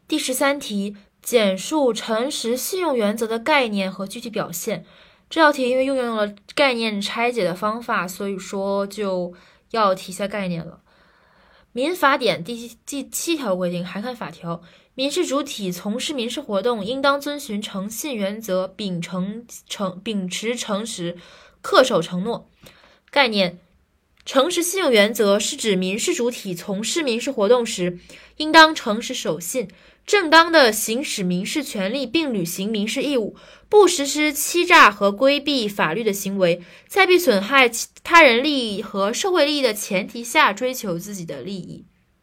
第13题，简述诚实信用原则的概念和具体表现。这道题因为运用了概念拆解的方法，所以说就要提一下概念了。民法典第7条规定，还看法条，民事主体从事民事活动，应当遵循诚信原则，秉持诚实，恪守承诺。概念：诚实信用原则是指民事主体从事民事活动时，应当诚实守信，正当的行使民事权利并履行民事义务，不实施欺诈和规避法律的行为，在必损害他人利益和社会利益的前提下追求自己的利益。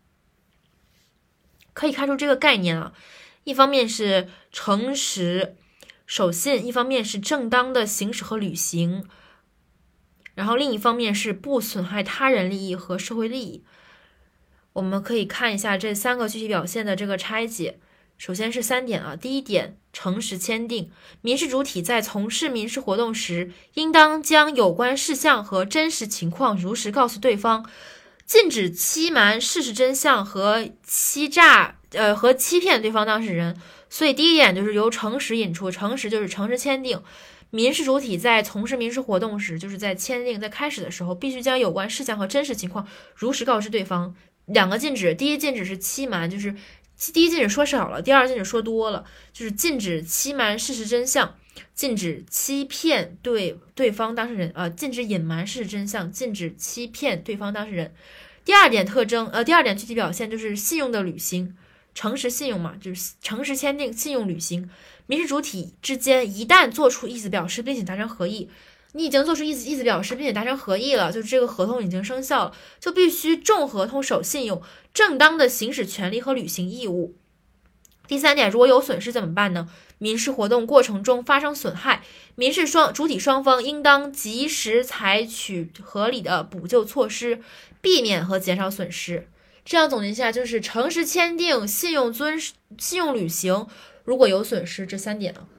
可以看出这个概念啊，一方面是诚实守信，一方面是正当的行使和履行，然后另一方面是不损害他人利益和社会利益。我们可以看一下这3个具体表现的这个拆解。首先是3点啊，第一点，诚实签订，民事主体在从事民事活动时，应当将有关事项和真实情况如实告诉对方，禁止欺瞒事实真相和欺骗对方当事人。所以第一点就是由诚实引出，诚实就是诚实签订。民事主体在从事民事活动时，就是在开始的时候，必须将有关事项和真实情况如实告知对方。2个禁止，第一禁止是欺瞒，就是第一禁止说少了，第二禁止说多了，就是禁止欺瞒事实真相，禁止欺骗对方当事人，禁止隐瞒事实真相，禁止欺骗对方当事人。第二点具体表现就是信用的履行，诚实信用嘛，就是诚实签订，信用履行。民事主体之间一旦做出意思表示，并且达成合意，你已经做出意思表示，并且达成合意了，就是这个合同已经生效了，就必须重合同守信用，正当的行使权利和履行义务。第3点，如果有损失怎么办呢？民事活动过程中发生损害，民事主体双方应当及时采取合理的补救措施，避免和减少损失。这样总结一下，就是诚实签订、信用履行，如果有损失，这3点呢。